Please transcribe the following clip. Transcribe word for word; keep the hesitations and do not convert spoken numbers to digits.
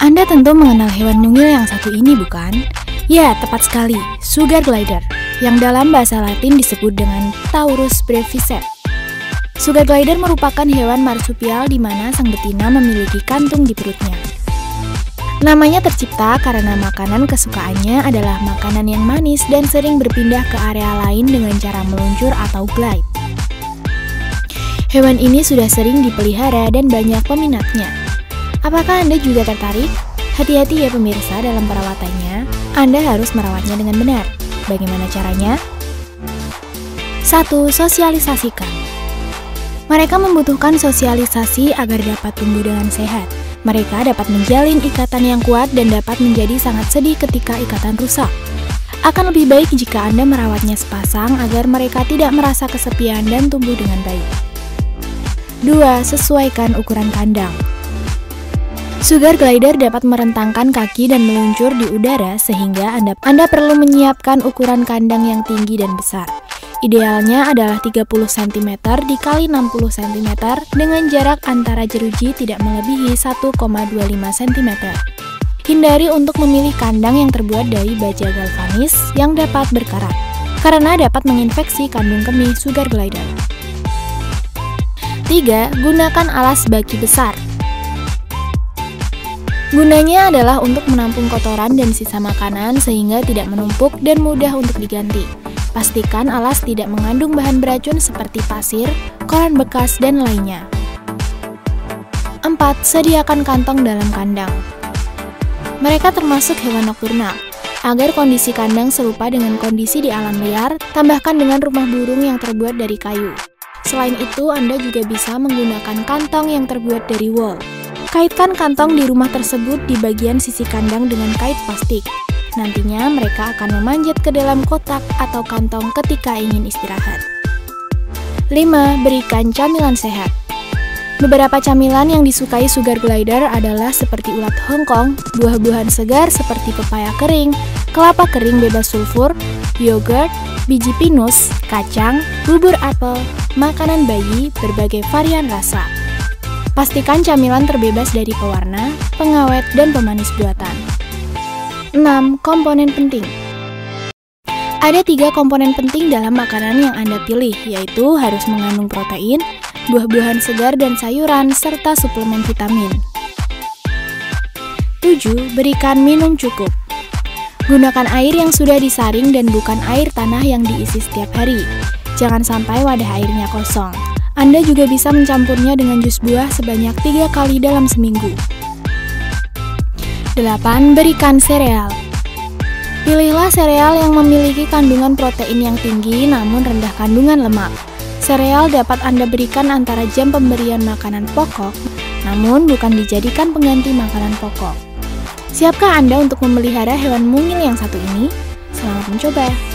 Anda tentu mengenal hewan mungil yang satu ini, bukan? Ya, tepat sekali, sugar glider, yang dalam bahasa Latin disebut dengan Taurus breviset. Sugar glider merupakan hewan marsupial di mana sang betina memiliki kantung di perutnya. Namanya tercipta karena makanan kesukaannya adalah makanan yang manis dan sering berpindah ke area lain dengan cara meluncur atau glide. Hewan ini sudah sering dipelihara dan banyak peminatnya. Apakah Anda juga tertarik? Hati-hati ya pemirsa dalam perawatannya. Anda harus merawatnya dengan benar. Bagaimana caranya? satu. Sosialisasikan. Mereka membutuhkan sosialisasi agar dapat tumbuh dengan sehat. Mereka dapat menjalin ikatan yang kuat dan dapat menjadi sangat sedih ketika ikatan rusak. Akan lebih baik jika Anda merawatnya sepasang agar mereka tidak merasa kesepian dan tumbuh dengan baik. dua. Sesuaikan ukuran kandang. Sugar glider dapat merentangkan kaki dan meluncur di udara sehingga Anda, Anda perlu menyiapkan ukuran kandang yang tinggi dan besar. Idealnya adalah tiga puluh sentimeter dikali enam puluh sentimeter dengan jarak antara jeruji tidak melebihi satu koma dua lima sentimeter. Hindari untuk memilih kandang yang terbuat dari baja galvanis yang dapat berkarat, karena dapat menginfeksi kandung kemih sugar glider. tiga. Gunakan alas baki besar. Gunanya adalah untuk menampung kotoran dan sisa makanan sehingga tidak menumpuk dan mudah untuk diganti. Pastikan alas tidak mengandung bahan beracun seperti pasir, koran bekas, dan lainnya. empat. Sediakan kantong dalam kandang. Mereka termasuk hewan nokturnal. Agar kondisi kandang serupa dengan kondisi di alam liar, tambahkan dengan rumah burung yang terbuat dari kayu. Selain itu, Anda juga bisa menggunakan kantong yang terbuat dari wool. Kaitkan kantong di rumah tersebut di bagian sisi kandang dengan kait plastik. Nantinya mereka akan memanjat ke dalam kotak atau kantong ketika ingin istirahat. lima. Berikan camilan sehat. Beberapa camilan yang disukai sugar glider adalah seperti ulat Hongkong, buah-buahan segar seperti pepaya kering, kelapa kering bebas sulfur, yogurt, biji pinus, kacang, bubur apel, makanan bayi, berbagai varian rasa. Pastikan camilan terbebas dari pewarna, pengawet, dan pemanis buatan. enam. Komponen penting. Ada tiga komponen penting dalam makanan yang Anda pilih, yaitu harus mengandung protein, buah-buahan segar dan sayuran, serta suplemen vitamin. tujuh. Berikan minum cukup. Gunakan air yang sudah disaring dan bukan air tanah yang diisi setiap hari. Jangan sampai wadah airnya kosong. Anda juga bisa mencampurnya dengan jus buah sebanyak tiga kali dalam seminggu. delapan. Berikan sereal. Pilihlah sereal yang memiliki kandungan protein yang tinggi namun rendah kandungan lemak. Sereal dapat Anda berikan antara jam pemberian makanan pokok, namun bukan dijadikan pengganti makanan pokok. Siapkah Anda untuk memelihara hewan mungil yang satu ini? Selamat mencoba!